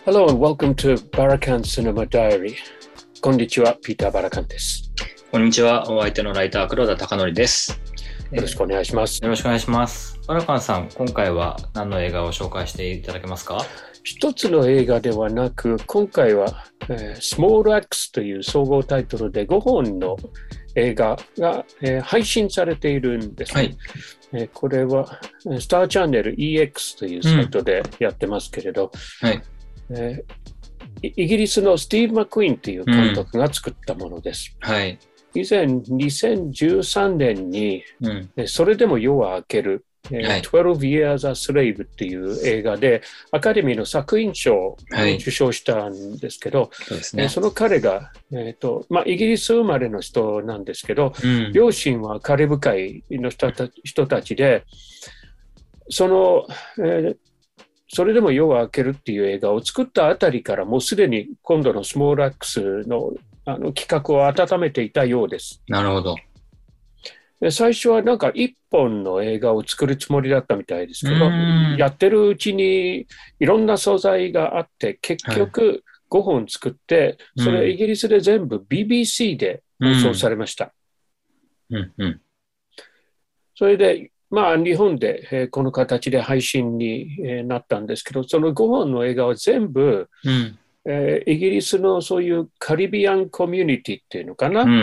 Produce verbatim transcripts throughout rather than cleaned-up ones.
Hello and welcome to Barakan Cinema Diary. こんにちは、ピーター・バラカンです。 こんにちは、お相手のライター黒田貴則です。 よろしくお願いします。 よろしくお願いします。バラカンさん、今回は何の映画を紹介していただけますか？ 一つの映画ではなく、今回は、えー、Small Axe という総合タイトルでごほんの映画が、えー、配信されているんです、ね。はいえー、これはスターチャンネル イーエックス というサイトでやってますけれど、うんはいえー、イギリスのスティーブ・マクイーンという監督が作ったものです。うんはい以前にせんじゅうさんねんに、うん、それでも夜は明ける、はい、じゅうに Years a Slave っていう映画でアカデミーの作品賞を受賞したんですけど、はいそうですね、その彼が、えーとまあ、イギリス生まれの人なんですけど、うん、両親はカリブ海の人た、人たちでその、えーそれでも夜は明けるっていう映画を作ったあたりからもうすでに今度のスモールアックスのあの企画を温めていたようです。 なるほど。 で最初はなんか一本の映画を作るつもりだったみたいですけど、やってるうちにいろんな素材があって結局ごほん作って、はい、それイギリスで全部 ビービーシー で放送されました。 うんうんうん、 それでまあ、日本で、えー、この形で配信に、えー、なったんですけど、そのごほんの映画は全部、うんえー、イギリスのそういうカリビアンコミュニティっていうのかな、うんうん、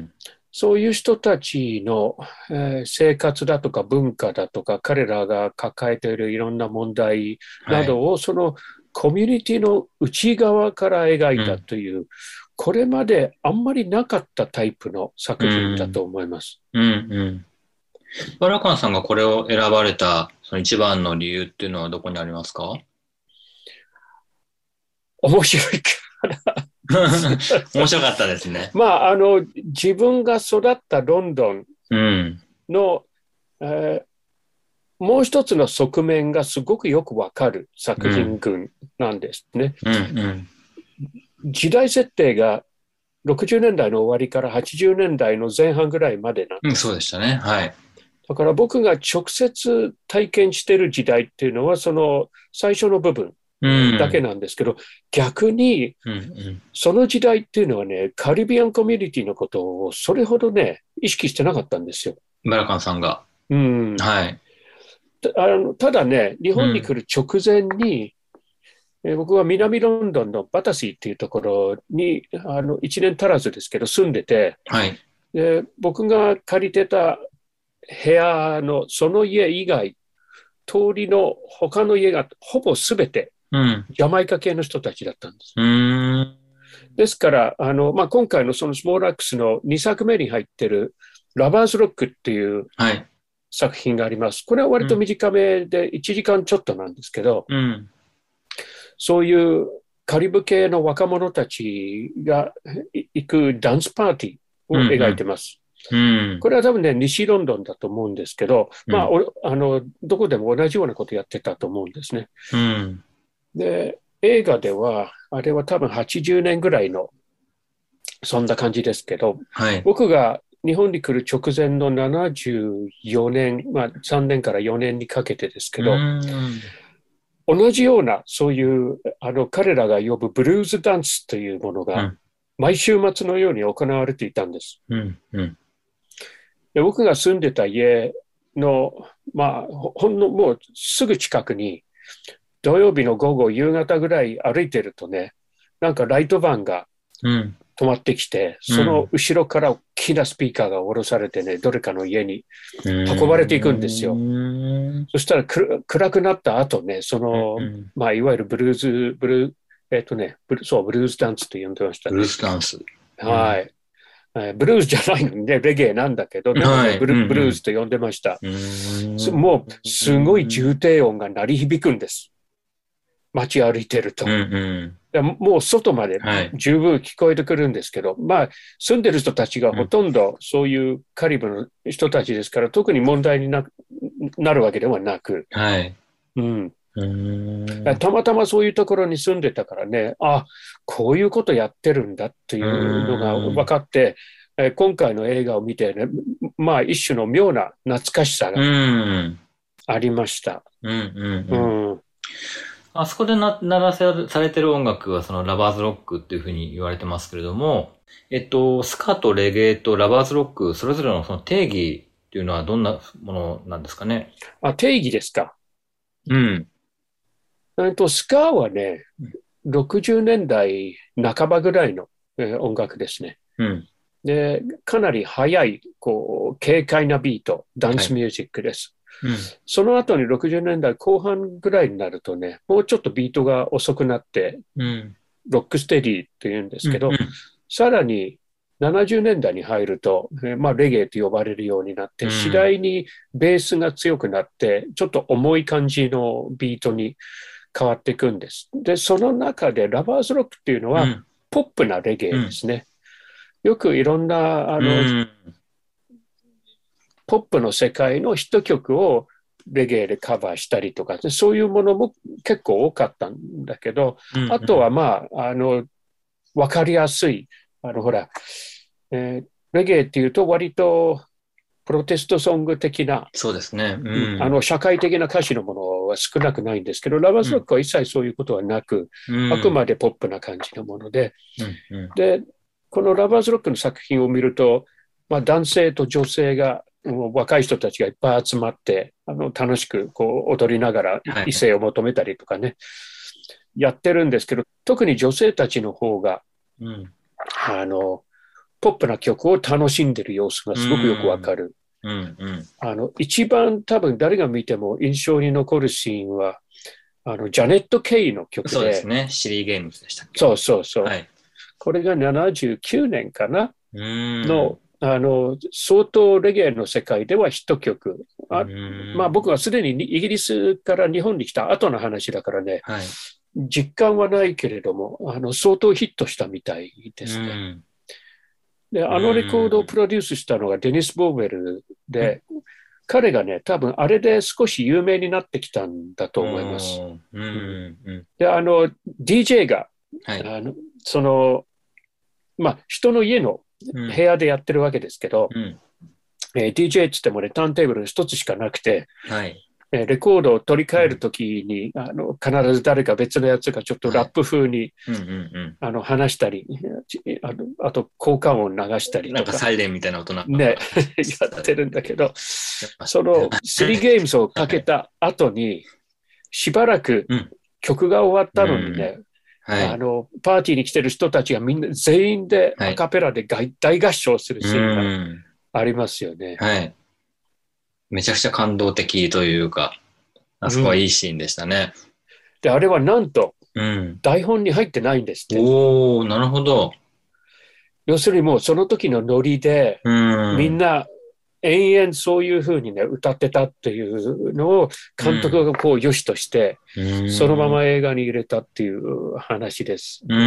そういう人たちの、えー、生活だとか文化だとか、彼らが抱えているいろんな問題などを、はい、そのコミュニティの内側から描いたという、うん、これまであんまりなかったタイプの作品だと思います。 うんうんうんバラカンさんがこれを選ばれたその一番の理由っていうのはどこにありますか？ 面白いから面白かったですね。 まあ、あの、自分が育ったロンドンの、うんえー、もう一つの側面がすごくよくわかる作品群なんですね、うんうんうん。時代設定がろくじゅうねんだいの終わりからはちじゅうねんだいの前半ぐらいまでなんです。 うん、そうでしたね。はい。 だから僕が直接体験している時代っていうのはその最初の部分だけなんですけど、うん、逆にその時代っていうのはね、カリビアンコミュニティのことをそれほどね、意識してなかったんですよ。 バラカンさんが。 うん。はい。た、あの、ただね、日本に来る直前に、うんえ僕は南ロンドンのバタシーっていうところにあのいちねん足らずですけど住んでて、はい、で僕が借りてた部屋のその家以外、通りの他の家がほぼすべてジャマイカ系の人たちだったんです。うん、ですから、あのまあ、今回のそのスモールアックスのにさくめに入ってるラバーズロックっていう作品があります。これは割と短めでいちじかんちょっとなんですけど、うん、そういうカリブ系の若者たちが行くダンスパーティーを描いてます。うんうん、これは多分ね、西ロンドンだと思うんですけど、うん、まあ、あの、どこでも同じようなことやってたと思うんですね。うん、で、映画では、あれは多分はちじゅうねんぐらいの、そんな感じですけど、はい、僕が日本に来る直前のななじゅうよねん、まあさんねんからよねんにかけてですけど、うん同じような、そういう、あの、彼らが呼ぶブルーズダンスというものが、毎週末のように行われていたんです。うんうんで僕が住んでた家の、まあ、ほんのもうすぐ近くに、土曜日の午後、夕方ぐらい歩いてるとね、なんかライトバンが止まってきて、うん、その後ろから大きなスピーカーが下ろされてね、どれかの家に運ばれていくんですよ。そしたらく暗くなった後ね、その、まあ、いわゆるブルーズ、ブルー、えっとね、ブルそう、ブルーズダンスと呼んでましたね。 ブルーズダンス。 はい。ブルースじゃないのにね、レゲエなんだけど、ねはい、ブル、ブルースと呼んでました。もう、すごい重低音が鳴り響くんです。街歩いてると。うんうん、もう外まで十分聞こえてくるんですけど、はい、まあ、住んでる人たちがほとんどそういうカリブの人たちですから、特に問題に な, なるわけではなく、はいうんうんたまたまそういうところに住んでたからね、あ、こういうことやってるんだっていうのが分かって、え今回の映画を見てね、まあ一種の妙な懐かしさがありました。うんうんうんうんあそこでな鳴らせされてる音楽はそのラバーズロックっていうふうに言われてますけれども、えっと、スカとレゲエとラバーズロック、それぞれのその定義っていうのはどんなものなんですかね。 あ、定義ですか。 うん。 えっと、スカーはね、ろくじゅうねんだいなかばぐらいの、えー音楽ですね。 うん。 で、かなり速い、こう、軽快なビート、ダンはい。 スミュージックです。 うん。 その後にろくじゅうねんだいこう半ぐらいになるとね、もうちょっとビートが遅くなって、 うん。 ロックステディというんですうん。 けど、 うん。 さらにななじゅうねんだいに入ると、えーまあ、レゲエと呼ばれるようになって、次うん。 第にベースが強くなって、ちょっと重い感じのビートに変わっていくんです。で、その中でラバーズロックっていうのは、 うん。 ポップなレゲうん。 エですね。よくいろんな、あうの、 ん。 ポップの世界のヒット曲をレゲエでカバーしたりとか、そういうものも結構多かったんだけど、 うん。 あとはまあ、あの、わかりやすい、あの、ほら、えーレゲエっていうと割とプロテストソング的な、 そうですね。ううんあん。 の、社会的な歌詞のものは少なくないんですけど、ラバーうん。 ズロックは一切そういうことはなく、 うあくん。 までポップな感じのもので、 うん。うん。 で、このラバーズロックの作品を見ると、まあ、男性と女性が、もう若い人たちがいっぱい集まって、あの楽しくこう踊りながら異はい。 性を求めたりとかね、やってるんですけど、特に女性たちの方が、 うん。 あの、ポップな曲を楽しんでる様子がうすごくよくわん。 かる。 うん。うん。 あの、一番多分誰が見ても印象に残るシーンは、あの、ジャネット・ケイの曲で、 そうですね。シリーゲームズでしたっけ。 そうそうそう。 はい。 これがななじゅうきゅうねんかなうん。 の、あの、相当レゲエの世界ではヒット曲。 うあ、まあん。 僕はすでにイギリスから日本に来た後の話だからね、 はい。 実感はないけれども、あの、相当ヒットしたみたいでうすね。 ん。 で、 うあのレコードをプん。 ロデュースしたのがデニス・ボーウェルうん。 で、彼がね、多分あれで少し有名になってきたんだと思います。 うん。ううん、 ん。うん。 で、あの、ディージェー が、 はい。 あの、その、まあ、人の家のうん。 部屋でやってるわけですけど、 うん。 えー ディージェー って言ってもね、ターンテーブル一つしかなくて、 はい。 えーレコードを取り替えるうん。 ときにあの、必ず誰か別のやつがちょっとラッはい。 プ風にうん。うん。うん。 あの話したり、あのあと効果音流したりなんかとか、 サイレンみたいな音なんかね、やってるんだけど、 ましそのスリーゲームズをかた。はい。 けた後に、しばらくうん。 曲が終わっうたのにん。 ね、 はい。 あの、パーティーに来てる人たちがみんな全員ではい。 アカペラで大合唱するうシーンがん。 ありますよね。 はい。めちゃくちゃ感動的というか、あそこはいうん。 いシーンでしたね。 で、あれはなんとうん。 台本に入ってないんですって。 おー、なるほど。 要するにもうその時のノリで、 うん。 みんな延々そういうふうにね、歌ってたっていうのを監督うん。 がこう良しとして、 うそのまん。 ま映画に入れたっていう話です。 うん。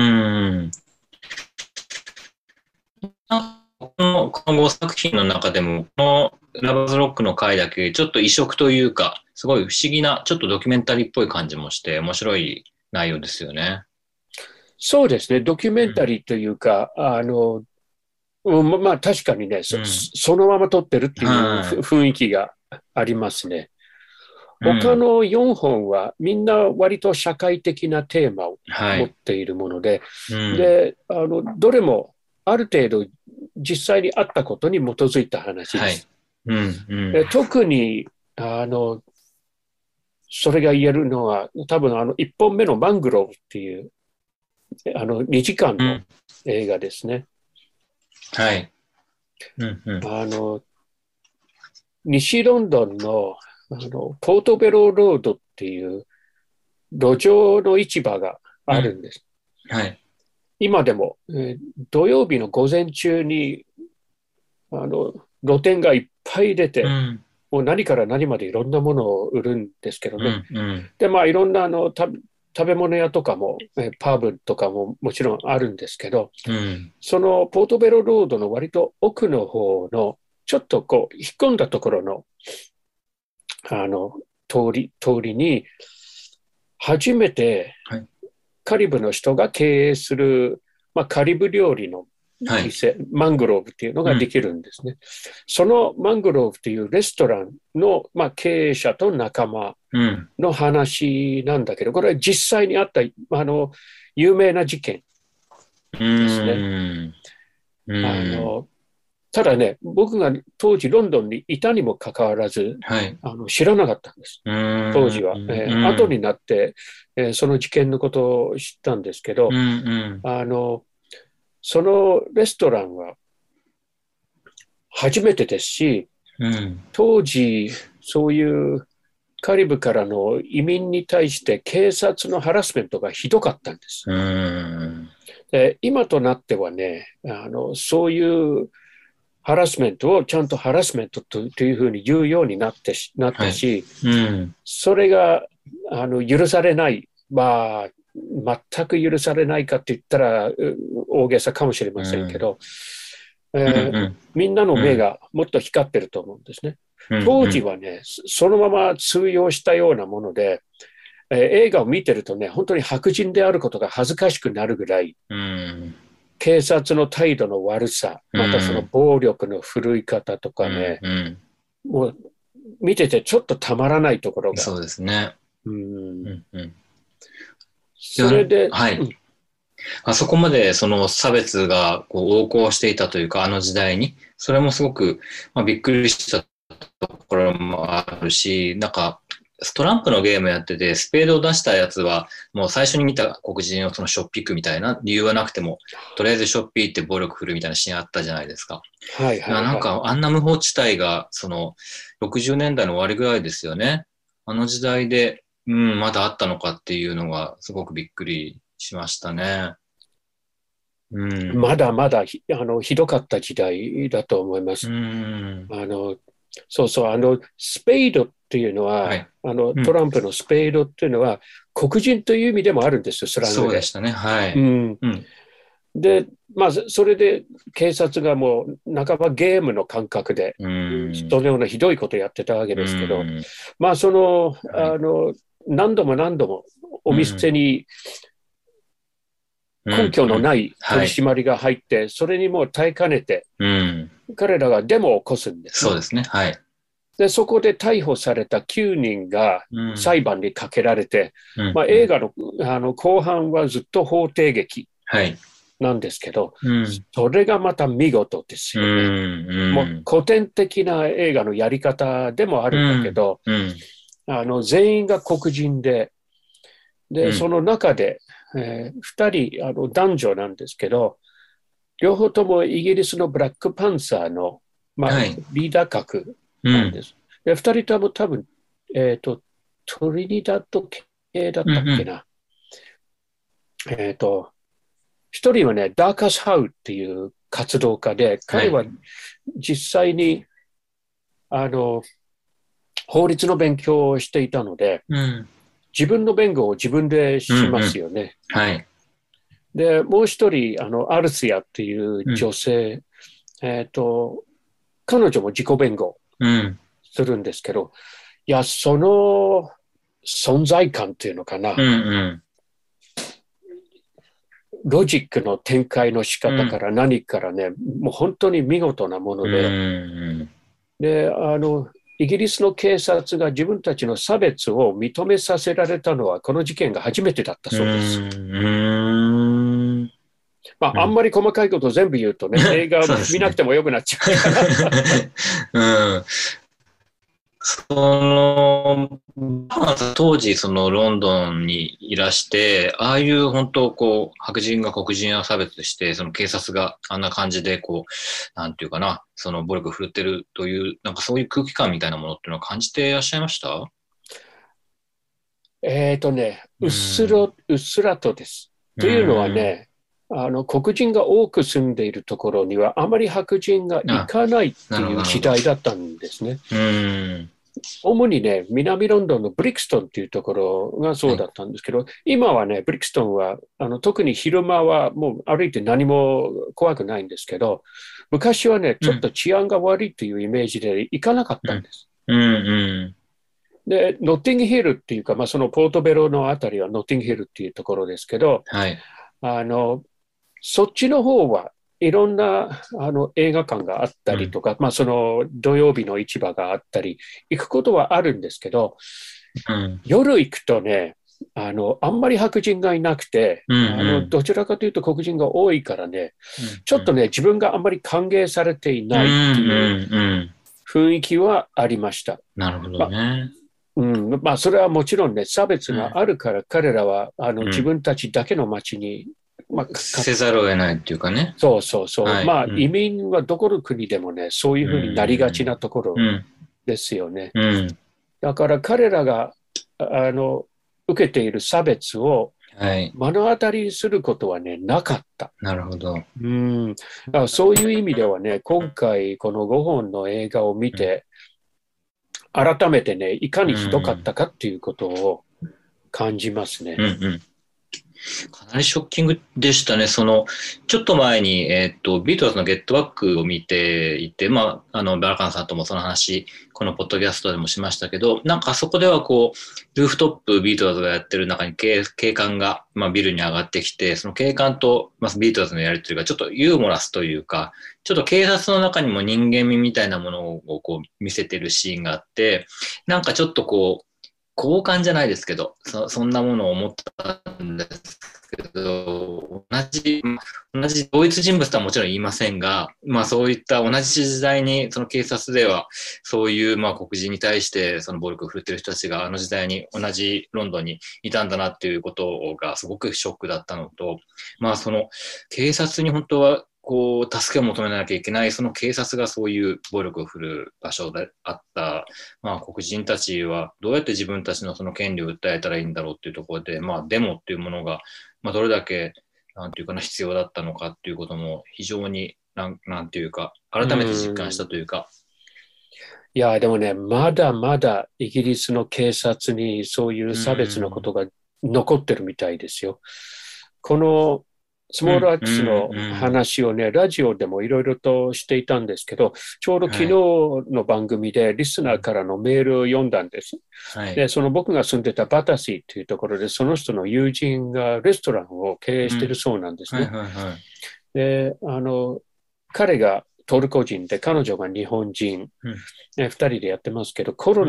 この、このごさく品の中でも、このラバーズロックの回だけ、ちょっと異色というか、すごい不思議な、ちょっとドキュメンタリーっぽい感じもして、面白い内容ですよね。 そうですね、ドキュメンタうん。 リーというか、あの、うんまあ確かにね、そ、 うん。 そのまま撮ってるっていうはい。 雰囲気がありますね。 うん。 他のよんほんはみんな割と社会的なテーマをはい。 持っているもので、 うん。 で、あの、どれもある程度実際にあったことに基づいた話ではい。 す。 うん。うん。 で特に、あの、それが言えるのは、多分あの、いっぽんめのマングローブっていう、あの、にじかんのうん。 映画ですね。 はい。うん。うん。 あの、西ロンドンの、あの、ポートベローロードっていう路上の市場がうん。 あるんです。 はい。 今でも、えー土曜日の午前中に、あの、露店がいっぱい出て、 うん。 もう何から何までいろんなものを売るんですけどね。 うん。うん。 で、まあ、いろんなあの食べ物屋とかも、えパブとかももちろんあるんですけど、 うん。 そのポートベロロードの割と奥の方の、ちょっとこう、引っ込んだところの、あの、通り、通りに、初めてはい。 カリブの人が経営する、まあ、カリブ料理のはい。 店、マングローブっていうのうん。 ができるんですね。そのマングローブっていうレストランの、まあ、経営者と仲間うん。 の話なんだけど、これは実際にあったあの有名な事件うですね。 ーん。うあーん。 のただね、僕が当時ロンドンにいたにもかかわらず、 はい。 あの知らなかったんです。 うーん。 当時は。えー後うん。 になって、えーその事件のことを知ったんですけど、 うん。うん。 あの、そのレストランは初めてですし、 うん。 当時、そういうカリブからの移民に対して警察のハラスメントがひどかったんです。 うーん。 で今となってはね、あのそういうハラスメントをちゃんとハラスメントとというふうに言うようになってしなっはい。 たし、 うん。 それがあの許されない、まあ、全く許されないかって言ったら大げさかもしれませんけうん。 ど、 うん。 えーうん。 みんなのうん。 目がもっと光ってると思うんですね。 うん。 当うん。 時はね、そのまま通用したようなもので、えー映画を見てるとね、本当に白人であることが恥ずかしくなるぐらい、 うん。 警察の態度の悪さ、 うまたそのん。 暴力の振るい方とうん。 かね、 うん。 もう見ててちょっとたまらないところが、 そうですね。 うん、 うん。うん。いや、 それで、 はい。 うん、 あそこまでその差別がこう横行していたというか、あの時代に、それもすごく、まあ、びっくりしたところもあるし、なんか、トランプのゲームやってて、スペードを出したやつは、もう最初に見た黒人をそのショッピックみたいな理由はなくても、とりあえずショッピーって暴力振るみたいなシーンあったじゃないですか。 はいいや、なんはいはい。 かあんな無法地帯が、その、ろくじゅうねんだいの終わりぐらいですよね。あの時代で、うん、まだあったのかっていうのが、すごくびっくりしましたね。うん。 まだまだひあのひどかった時代だと思いまうす。 ん。 あのそうそう、あのスペイドっていうのは、 はい。 あのうん。 トランプのスペイドっていうのは、黒人という意味でもあるんですよ、スラングで。 そうでしたね。はい。 うん、 うん。 で、まあ、それで警察がもう半ばゲームの感覚で、 うん。 そのようなひどいことをやってたわけうですけど、 ん。 まあ、その、 はい。 あの、何度も何度もおうん。 店に根うん。うん。 拠のないはい。 取り締まりが入って、それにもう耐えかねて、 うん。 彼らがデモを起こすんですね。 そうですね。はい。 で、そこで逮捕されたきゅうにんがうん。 裁判にかけられて、 うん。 まあ、 うん。 映画の、あの後半はずっと法廷劇はい。 なんですけど、 うん。 それがまた見事ですうよね。 ん。 もううん。 古典的な映画のやり方でもあうるんだけん。 ど、 うん。 あの全員が黒人で、で、そうん。 の中で、えー、ふたりあの男女なんですけど、両方ともイギリスのブラックパンサーの、まあ、 はい。 リーダー格うん。 なんです。で、ふたりとも多分、えっ、と、トリニダッド系だっうん。うん。 たっけな。えっ、と、一人はね、ダーカスハウっていう活動家で、 はい。 彼は実際に、あの、法律の勉強をしていたので、 うん。 自分の弁護を自分でうん。 しまうん。 すよね。 はい。 で、もう一人、あの、アルスヤっていううん。 女性、えっ、と、彼女も自己弁護うん。 するんですけど、いや、その存在感っていうのかうん。 な、 うん。 ロジックの展開の仕うん。 方から何からね、もう本当に見事なもうので、 ん。 で、あの、イギリスの警察が自分たちの差別を認めさせられたのは、この事件が初めてだったうそうです。 ん。うん。 まあ、あんまり細かいことを全部言うとね、映画そうですね。 見なくてもよくなっちゃうから。 うん。その、当時、そのロンドンにいらして、ああいう本当、こう、白人が黒人を差別して、その警察があんな感じで、こう、なんていうかな、その暴力を振るってるという、なんかそういう空気感みたいなものっていうのは感じていらっしゃいました？ えっとね、ううっすら、 ん。 うっすらとです。 うというのはん。 ね、あの、黒人が多く住んでいるところには、あまり白人が行あ、 かないってなるほど、 いう時なるほど。 代だったんですね。 うん。 主にね、南ロンドンのブリクストンっていうところがはい。 そうだったんですけど、今はね、ブリクストンは、あの、特に昼間はもう歩いて何も怖くないんですけど、昔はね、ちょっうん。 と治安が悪いというイメージで行かなかっうん。 たんです。 うん。うん。 で、ノッティングヒルっていうか、まあ、そのポートベロのあたりはノッティングヒルっていうところですけど、 はい。 あの、そっちの方はいろんなあの映画館があったうん。 りとか、まあ、その土曜日の市場があったり、行くことはあるんですけど、 うん。 夜行くとね、あの、あんまり白人がいなくて、 うんあの、 うん。 どちらかというと黒人が多いからね、ちょうん。 っとね、自分があんまり歓迎されていうんないっていううんうん。 雰囲気はありました。 なるほどまあ、 ね。 うん、まあ、それはもちろんね、差別うん。 があるから彼らは、あの、 うん。 自分たちだけの街に、まあ、か、 せざるを得ないっていうかね。 そうそうそう。 はい。 まあ、移うん。 民はどこの国でもね、そういううふうになりがちん。 なところうん。 ですよね。 うん。 だから彼らが、あの、受けている差別をはい。 目の当たりにすることはね、なかった。 なるほど。 うん。だからそういう意味ではね、今回このごほんの映画を見うん。 て、改めてね、いかうにひどかっん。 たかっていうことを感じますね。 うん。うん。かなりショッキングでしたね。その、ちょっと前に、えっと、ビートルズのゲットバックを見ていて、まあ、あの、バラカンさんともその話、このポッドキャストでもしましたけど、なんかそこではこう、ルーフトップビートルズがやってる中に警、警官が、まあ、ビルに上がってきて、その警官と、まあ、ビートルズのやりとりがちょっとユーモラスというか、ちょっと警察の中にも人間味みたいなものをこう見せてるシーンがあって、なんかちょっとこう、交換じゃないですけど、そそんなものを思ったんですけど、同じ、同じ同一人物とはもちろん言いませんが、まあそういった同じ時代に、その警察では、そういうまあ黒人に対してその暴力を振るってる人たちがあの時代に同じロンドンにいたんだなっていうことがすごくショックだったのと、まあその警察に本当はこう、助けを求めなきゃいけない、その警察がそういう暴力を振るう場所であった、まあ、黒人たちはどうやって自分たちのその権利を訴えたらいいんだろうっていうところで、まあ、デモっていうものが、まあ、どれだけ、なんていうかな、必要だったのかっていうことも非常に、なん、なんていうか、 う改めて実感したん。 というか、 いや、でもね、まだまだイギリスの警察にそういうう差別のこん、 とが残ってるみたいですよ。このスうん、 モールアッうん、 クスのうん、 話をね、ラジオでもいろいろとしていたんですけど、ちょうど昨日はい、 の番組でリスナーからのメールを読んだんです。 はい、 で、その僕が住んでたバタシーというところで、その人の友人がレストランを経営うん、 しているそうなんですはい、 ね。 はい、はい、 で、あの、彼がトルコ人で、彼女が日本人、 うん、 ね、ふたりでやってますけど、コロうん、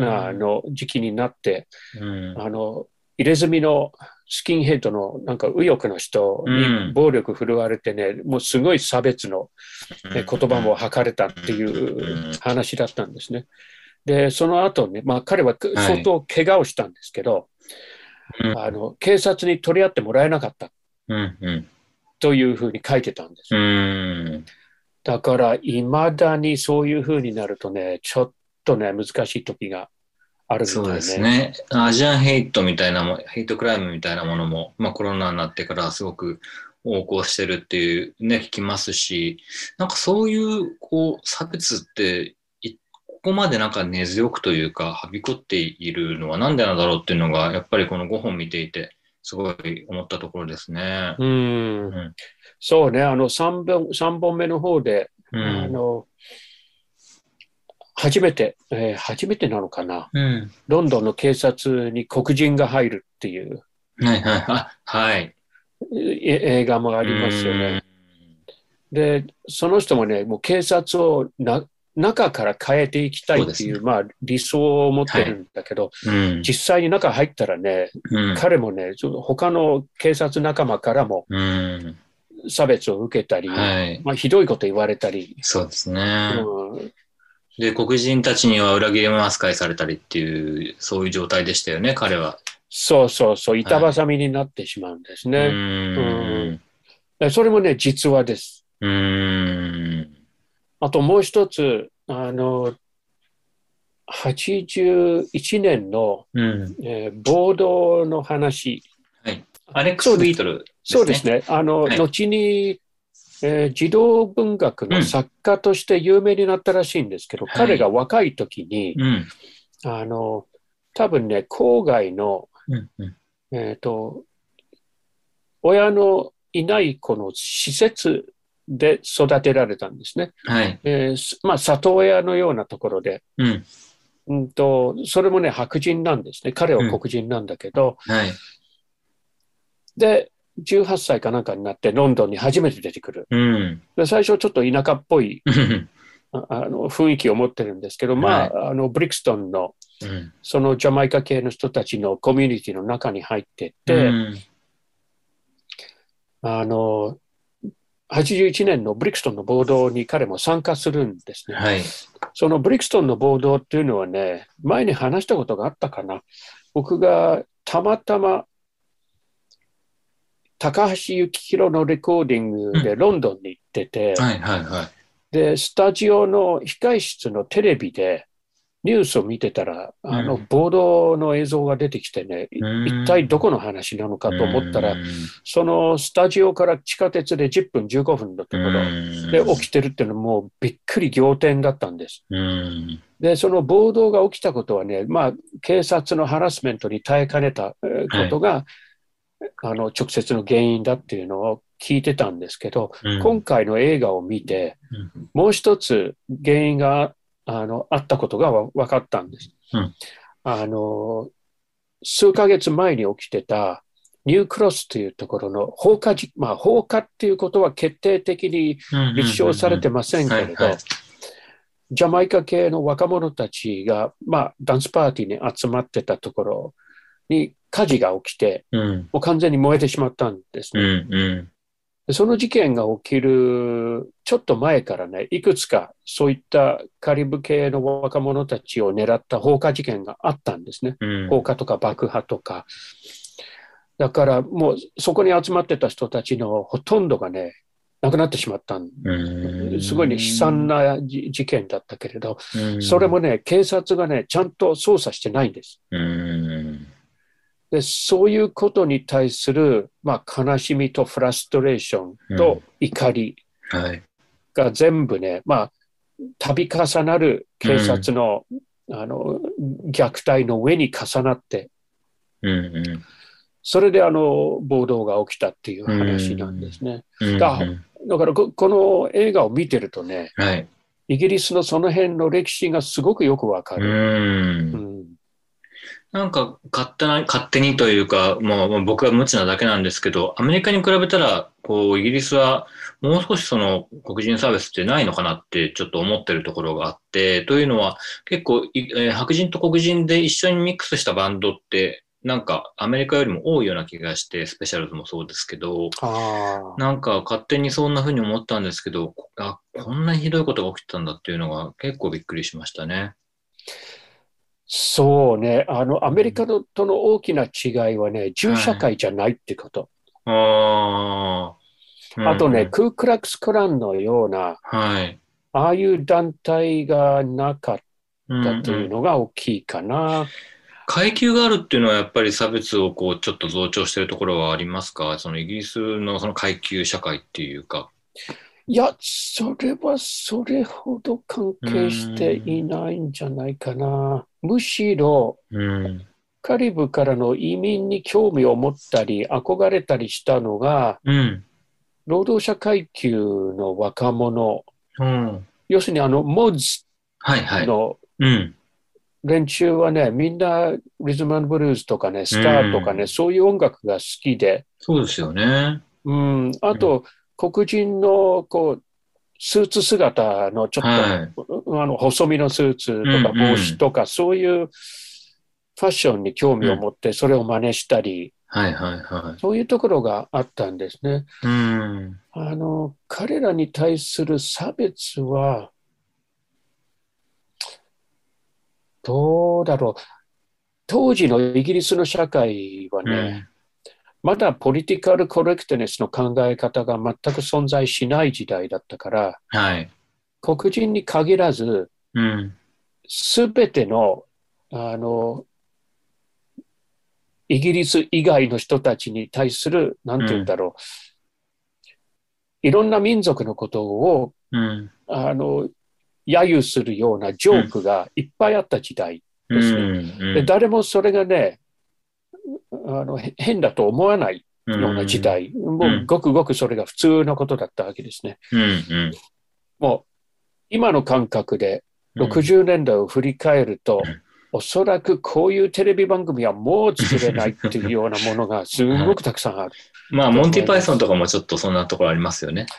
ナの時期になって、 うん、 あの、入れ墨のスキンヘッドのなんか右翼の人うん、 に暴力振るわれてね、もうすごい差別の言葉も吐かれたっていう話だったんですね。で、その後ね、まあ彼ははい、 相当怪我をしたんですけど、 うん、 あの、警察に取り合ってもらえなかったうん、うん、 というふうに書いてたんでうす。 ん、 だから、いまだにそういうふうになるとね、ちょっとね、難しい時があるみそうでたいね。 すね。アジアンヘイトみたいなも、ヘイトクライムみたいなものも、まあコロナになってからすごく横行してるっていうね、聞きますし、なんかそういう、こう、差別って、いここまでなんか根強くというか、はびこっているのはなんでなんだろうっていうのが、やっぱりこのごほん見ていて、すごい思ったところですね。 うん。 うん。 そうね、あのさんぼん、三本目の方で、 うん。 あの、初めて、えー初めてなのかな。 うん。 ロンドンの警察に黒人が入るっていうはいはい。あ、はい。 え映画もあうりますよーん。 ね。で、その人もね、もう警察をな中から変えていきたいっていう、 そうですね。 まあ、理想を持ってるはい。 んだけど、 うん。 実際に中入ったらね、 うん。 彼もね、その他の警察仲間からもうん。 差別を受けたり、 はい。 まあ、ひどいこと言われたり、 そうですね。 うん、 で、黒人たちには裏切り者扱いされたりっていう、そういう状態でしたよね、彼は。 そうそうそう、板はい。 挟みになってしまうんですうね。うん、 ーん。 それもね、実話です。 うーん。 あともう一つ、あの、はちじゅういちねんの、 うん。 えー暴動の話。 はい。アレックス・そうです。 ビートルですね。 そうですね。あの、 はい。 後に、えー児童文学のうん。 作家として有名になったらしいんですけど、彼がはい。 若い時に、 うん。 あの、多分ね、郊外の、 うん。うん。 えっと、親のいない子の施設で育てられたんですね。 はい。 えーまあ、里親のようなところで、 うん。 うんと、それもね、白人なんですね。彼はうん。 黒人なんだけど、 はい。 で、じゅうはっさいかなんかになってロンドンに初めて出てくる。 うん。 で最初ちょっと田舎っぽいうん。 ああの雰囲気を持ってるんですけど、まはい。 あ、あのブリクストンの、 うん、 そのジャマイカ系の人たちのコミュニティの中に入っていって、うん、あの、はちじゅういちねんのブリクストンの暴動に彼も参加するんですね。 はい、 そのブリクストンの暴動っていうのはね、前に話したことがあったかな。僕がたまたま高橋幸宏のレコーディングでロンドンに行ってて、 うん、はいはいはい、 で、スタジオの控え室のテレビでニュースを見てたら、あの、暴動の映像が出てきてね、うん、一体どこの話なのかと思ったら、うん、そのスタジオから地下鉄でじゅっぷん、じゅうごふんのところで起きてるっていうのはもうびっくり仰天だったんです。うん、で、その暴動が起きたことはね、まあ、警察のハラスメントに耐えかねたことが、はい、あの、直接の原因だっていうのを聞いてたんですけど、うん、今回の映画を見て、うん、もう一つ原因があのあったことが分かったんです。うん、あの数ヶ月前に起きてたニュークロスというところの放火じ、まあ、放火っていうことは決定的に立証されてませんけれど、ジャマイカ系の若者たちが、まあ、ダンスパーティーに集まってたところに火事が起きて、うん、もう完全に燃えてしまったんですね。うんうんその事件が起きるちょっと前からね、いくつかそういったカリブ系の若者たちを狙った放火事件があったんですね。うん、放火とか爆破とか。だからもうそこに集まってた人たちのほとんどがね、亡くなってしまったんすごい、ね、悲惨な事件だったけれど、それもね、警察がね、ちゃんと捜査してないんです。うんでそういうことに対する、まあ、悲しみとフラストレーションと怒りが全部ね、まあ、度重なる警察の、うん、あの虐待の上に重なって、うんうん、それであの暴動が起きたっていう話なんですね。うんうん、だ, だからこの映画を見てるとね、はい、イギリスのその辺の歴史がすごくよくわかる。うんうんなんか勝手な、勝手にというか、もう僕は無知なだけなんですけど、アメリカに比べたら、こう、イギリスはもう少しその黒人差別ってないのかなってちょっと思ってるところがあって、というのは結構、えー、白人と黒人で一緒にミックスしたバンドって、なんかアメリカよりも多いような気がして、スペシャルズもそうですけど、なんか勝手にそんな風に思ったんですけど、あ、こんなひどいことが起きてたんだっていうのが結構びっくりしましたね。 そうね。あの、アメリカとの大きな違いはね、銃社会じゃないってこと。はい、あ, あとね、うん、クークラックスクランのような、はい、ああいう団体がなかったというのが大きいかな。うんうん、 階級があるっていうのはやっぱり差別をこうちょっと増長しているところはありますか？そのイギリスのその階級社会っていうか。 いや、それはそれほど関係していないんじゃないかな。むしろ、うん、カリブからの移民に興味を持ったり、憧れたりしたのが、うん、労働者階級の若者、うん、要するにあの、モッズの連中はね、みんなリズム&ブルースとかね、スターとかね、うん、そういう音楽が好きで。 そうですよね。 うん、あと、うん黒人のこうスーツ姿のちょっと、はい、あの細身のスーツとか帽子とか、うんうん、そういうファッションに興味を持ってそれを真似したり、うんはいはいはい、そういうところがあったんですね。うん、あの彼らに対する差別はどうだろう。当時のイギリスの社会はね、うんまだポリティカルコレクトネスの考え方が全く存在しない時代だったから、はい、黒人に限らず、すべ、うん、ての、あの、イギリス以外の人たちに対する、なんて言うんだろう、うん、いろんな民族のことを、うん、あの、揶揄するようなジョークがいっぱいあった時代ですね。うんうん、で誰もそれがね、あの変だと思わないような時代、うん、もうごくごくそれが普通のことだったわけですね。うんうん、もう今の感覚でろくじゅうねんだいを振り返ると、うん、おそらくこういうテレビ番組はもう作れないっていうようなものがすごくたくさんある。 まあ、モンティ・パイソンとかもちょっとそんなところありますよね。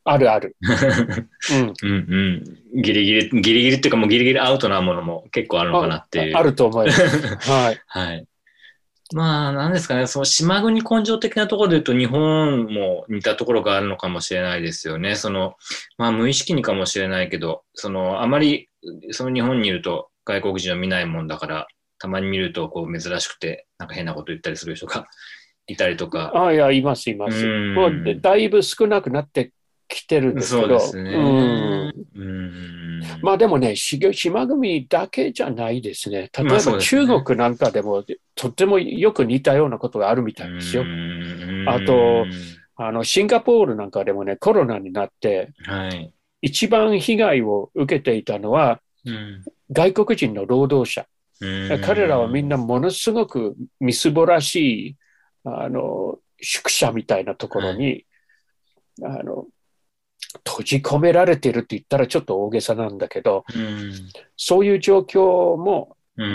あるある。うん。 うんうん。ギリギリ、ギリギリっていうかもうギリギリアウトなものも結構あるのかなっていう。 あ、あると思います。はい。 はい。まあ、なんですかね、その島国根性的なところで言うと、日本も似たところがあるのかもしれないですよね。その、まあ、無意識にかもしれないけど、その、あまり、その日本にいると外国人は見ないもんだから、たまに見ると、こう、珍しくて、なんか変なこと言ったりする人がいたりとか。 あ、いや、います、いまうす。もう、でーだいぶ少なくなってきてるんん、 ですけど、 そうですうん。 ね。うーん。 まあでもね、し島国だけじゃないですね。 まあ、 例えばそうですね。 中国なんかでも、とってもよく似たようなことがあるみうたいですよ。あと、 ーん。 あの、シンガポールなんかでもね、コロナになって、 はい。 一番被害を受けていたのは、 うん。 外国人の労働者。 う彼らはみーん。 んなものすごくみすぼらしい、あの、宿舎みたいなところはい。 に、あの、閉じ込められているって言ったらちょっと大げさなんだけど、 うん。 そういう状況もうん。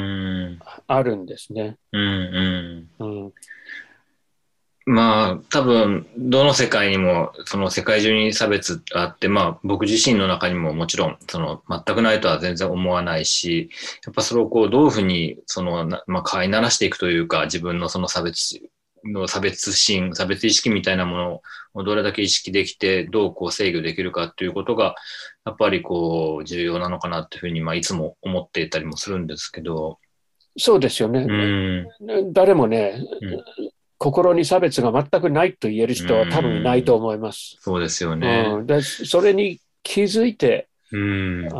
あるんですね。 うん。うん。 うん、 まあ、多分、どの世界にも、その世界中に差別あって、まあ、僕自身の中にももちろん、その、全くないとは全然思わないし、やっぱそれをこう、どういうふうに、その、なまあ、飼いならしていくというか、自分のその差別の差別心、差別意識みたいなものをどれだけ意識できて、どうこう制御できるかっていうことが、やっぱりこう、重要なのかなっていうふうに、まあ、いつも思っていたりもするんですけど、 そうですよね。 うん、 誰もね、 うん、 心に差別が全くないと言えるう人は多分いないとん、 思います。 そうですよね。 うん、で、それに気づいて、 うん、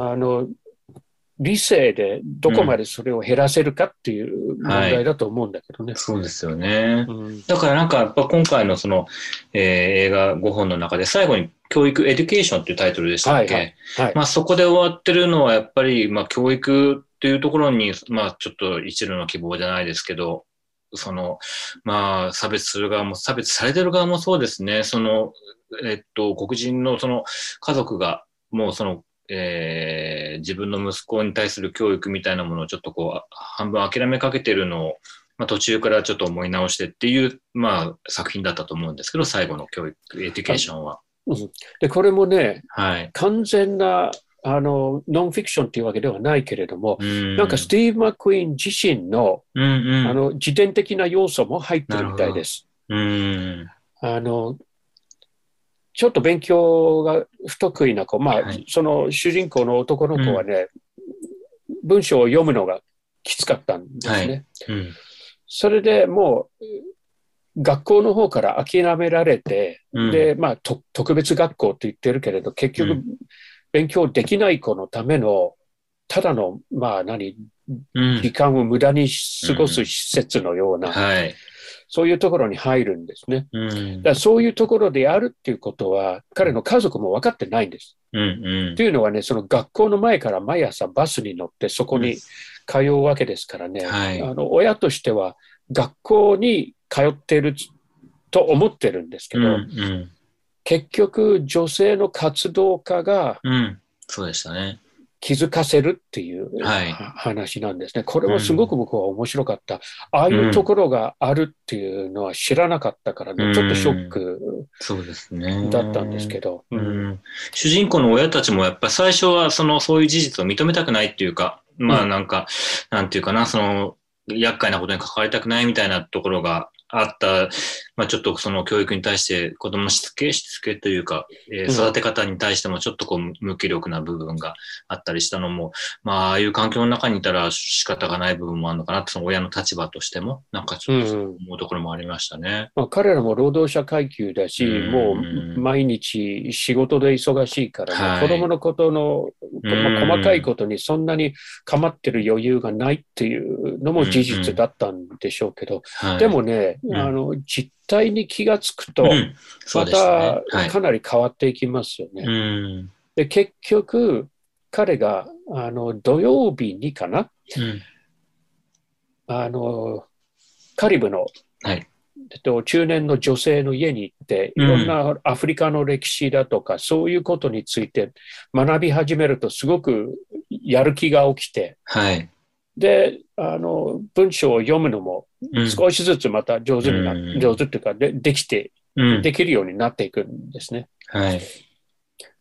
あの、理性でどこまうん。 でそれを減らせるかっていう問はい。 題だと思うんだけどね。 そうですよね。 うん、 だからなんかやっぱ今回のその、えー映画ごほんの中で最後に教育エデュケーションっていうタイトルでしたっはいはい。 け？ はい。 まあそこで終わってるのはやっぱりまあ教育っていうところにまあちょっと一縷の希望じゃないですけど、そのまあ差別する側も差別されてる側もそうですね。そのえっと黒人のその家族がもうそのえー自分の息子に対する教育みたいなものをちょっとこう半分諦めかけてるのをまあ、途中からちょっと思い直してっていう、まあ、作品だったと思うんですけど、最後の教育、エデュケーあ、 ションは。 うん、で、これもね、 はい。 完全なあのノンフィクションっていうわけではないけれども、 うなんかーん。 スティーブ・マック・イーン自身の、 うんうん。 あの自伝的な要素も入ってるみなるほど。 たいです。 うーん。 あのちょっと勉強が不得意な子、まあ、 はい。 その主人公の男のうん。 子はね、文章を読むのがきつかったんではい。 すね。 うん。 それでもう学校の方から諦められて、 うん。 で、まあ、と特別学校って言ってるけれど、結局うん。 勉強できない子のための、ただの、まあ何、 うん。 時間を無駄に過ごすうん。 施設のような、 はい。 そういうところに入るんですね。 うん。 だからそういうところでやるっていうことは、彼の家族も分かってないんです。 うん。うん。 というのはね、その学校の前から毎朝バスに乗ってそこうん。 に通うわけですからね、 はい。 あの親としては学校に通っていると思ってるんですうん。 けど、 うん。 結局女性の活動家がうん。そうでしたね。 気づかせるっていうはい。 話なんですね。これうん。 はすごく僕は面白かった。ああうん。 いうところがあるっていうのは知らなかったからうね、ちょっとショッん。 クそうですだったんですね。 けど。うん、 うん。主人公の親たちもやっぱり最初はその、そういう事実を認めたくないっていうか、 うん、 まあなんか、なんていうかな、その、厄介なことに関わりたくないみたいなところがあった、まあちょっとその教育に対して子供のしつけ、しつけというか、えーうん、 育て方に対してもちょっとこう無気力な部分があったりしたのも、まあああいう環境の中にいたら仕方がない部分もあるのかなって、その親の立場としても、なんかちょうっとそうん。 思うところもありましたね。 まあ、彼らも労働者階級だうし、もうーん。 毎日仕事で忙しいからね、子はい。 供のことの、 うまあ、細かいーん。 ことにそんなに構ってる余裕がないっていうのうん、 も事うん。 実だったんでしょうけど、ではい。 もね、 うん。 あの、実態に気がつくと、 うん。そうまでしたね。 たはい。 かなり変わっていきますようね。 ん。 で、結局、彼が、あの、土曜日にかな、 うん。 あの、カリブのはい。 えっと、中年の女性の家に行って、いろんうん。 なアフリカの歴史だとか、そういうことについて学び始めると、すごくやる気が起きて、 はい。 で、あの、文章を読むのもうん。 少しずつまた上う手にな、上ん。 手っていうか、で、できて、 うん。 できるようになっていくんですね。 はい。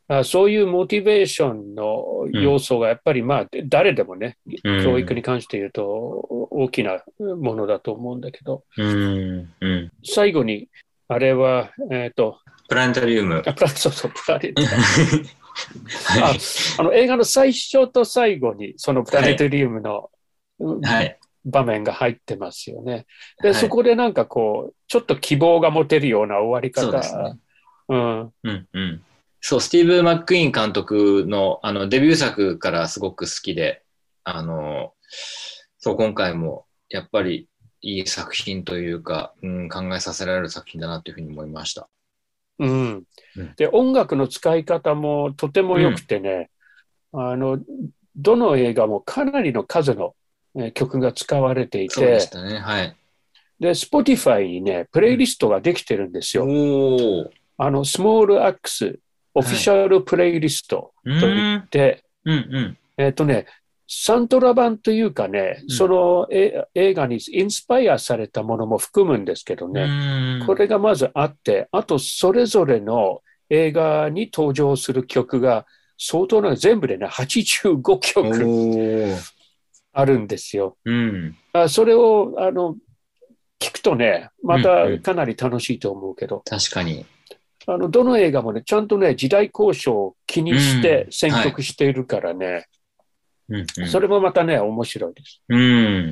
あそういうモチベーションの要素がやっぱりまあ誰でもね、 うん、 教育に関して言うと大きなものだと思うんだけど、 うんうん、 最後にあれは、えっ、ー、と、 プラネタリウム。 あプラそうそう、プラネタリウム。 はい、 ああの映画の最初と最後にそのプラネタリウムの、はい、場面が入ってますよね。で、はい、そこでなんかこう、ちょっと希望が持てるような終わり方。 そうですね。 うん。 うんうん。そう、スティーブ・マック・イーン監督のあのデビュー作からすごく好きで、あの、そう、今回もやっぱりいい作品というか、うん、考えさせられる作品だなというふうに思いました。 うん。で、音楽の使い方もとても良くてね、うん、あの、どの映画もかなりの数の曲が使われていて、 そうでしたね、はい。 で、Spotify にね、プレイリストができてるんですよ。 うん、おあの、スモールアックス、オフィシャルプレイリストといって、 はい、うんうん、 えっとね、サントラ版というかね、うん、その映画にインスパイアされたものも含むんですけどね、これがまずあって、あとそれぞれの映画に登場する曲が相当な、全部でね、はちじゅうごきょくあるんですよ。 うん、 あそれをあの聞くとね、またかなり楽しいと思うけど。 うんうん、確かに。 あのどの映画もね、ちゃんとね、時代交渉を気にして選曲しているからね、うんはいうんうん、それもまたね、面白いです。 うん。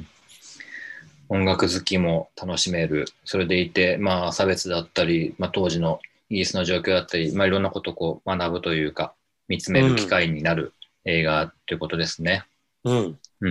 音楽好きも楽しめる。それでいて、まあ、差別だったり、まあ、当時のイギリスの状況だったり、まあ、いろんなことをこう学ぶというか、見つめる機会になる映画ということですね。 うん。うん。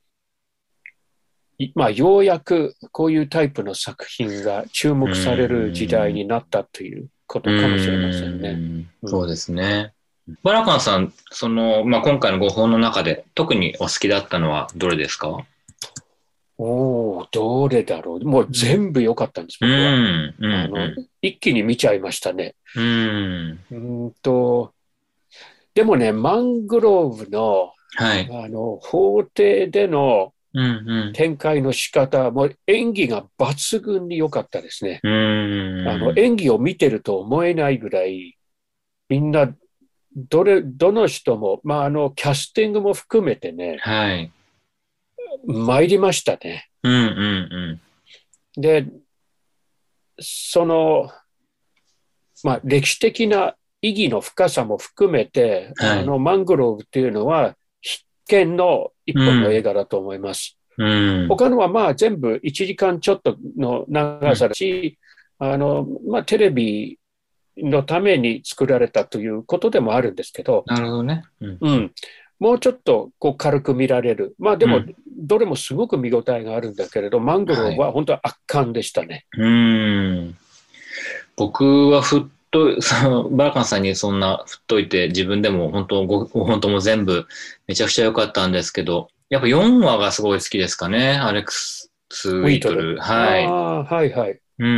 まあ、ようやくこういうタイプの作品が注目される時代になったということかもしれませんね。 うんうん、そうですね。バラカンさん、その、まあ、今回のご本の中で特にお好きだったのはどれですか？ おー、どれだろう。もう全部良かったんです、僕は。うんうんうん、あの一気に見ちゃいましたね。うんうんとでもね、マングローブの、はい、あの法廷での展開の仕方、もう演技が抜群に良かったですね。うんあの演技を見てると思えないぐらい、みんなどれ、どの人も、まあ、あの、キャスティングも含めてね、はい。参りましたね。うんうんうん。で、その、まあ、歴史的な意義の深さも含めて、はい、あの、マングローブっていうのは必見の一本の映画だと思います。うん、他のはまあ全部いちじかんちょっとの長さだし、うん、あの、まあ、テレビのために作られたということでもあるんですけど、 なるほどね。 うん。うん、もうちょっとこう軽く見られる。まあでも、どれもすごく見応えがあるんだけれど、うん、マングローブは本当は圧巻でしたね。 はい、うん僕はふっと、そのバラカンさんにそんな振っといて、自分でも本当、ご本当も全部めちゃくちゃ良かったんですけど、やっぱよんわがすごい好きですかね、アレックス・ウィートル。 はい。ああ、はいはい。うん。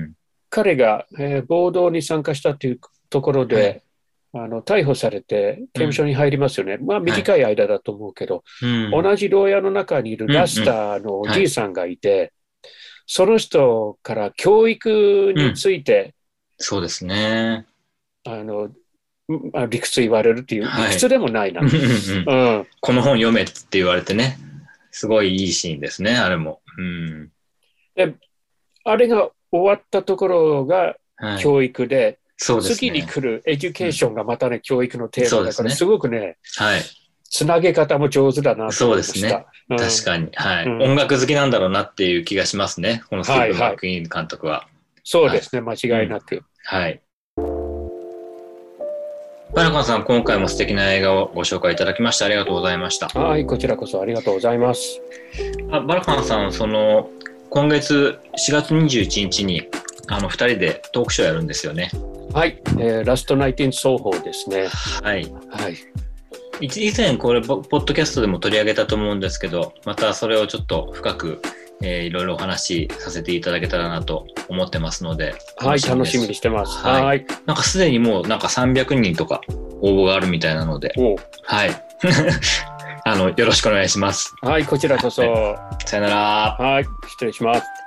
彼が、えー、暴動に参加したというところで、はい、あの逮捕されて刑務所に入りますよね。うん、まあ短い間だと思うけど、はい、同じ牢屋の中にいるラスターのおじいさんがいて、うんうんはい、その人から教育について、うん、 そうですね。 あの理屈言われるっていう、理屈でもないな。はいうん、この本読めって言われてね、すごいいいシーンですね、あれも。うん、 であれが終わったところが教育で、はいそうですね、次に来るエデュケーションがまたね、うん、教育のテーマだから、すごくね、はい、つなげ方も上手だなと思いました。そうですね。 うん、確かに、はい、うん。音楽好きなんだろうなっていう気がしますね、このスティーブ・マック・イーン監督は。はいはい、 そうですね、はい、間違いなく。うん、 はい。バラカンさん、今回も素敵な映画をご紹介いただきましてありがとうございました。 はい、こちらこそありがとうございます。 あバラカンさん、その、今月しがつにじゅういちにちにあのふたりでトークショーやるんですよね。 はい、えー、ラストナイティン奏法ですね。 はい。はい。以前これポッドキャストでも取り上げたと思うんですけど、またそれをちょっと深く、えー、いろいろお話しさせていただけたらなと思ってますので。 はい、楽しみにしてます。はい。はいなんかすでにもうなんかさんびゃくにんとか応募があるみたいなので。おはい。あのよろしくお願いします。 はい、こちらこそ。 さよなら。 はい、失礼します。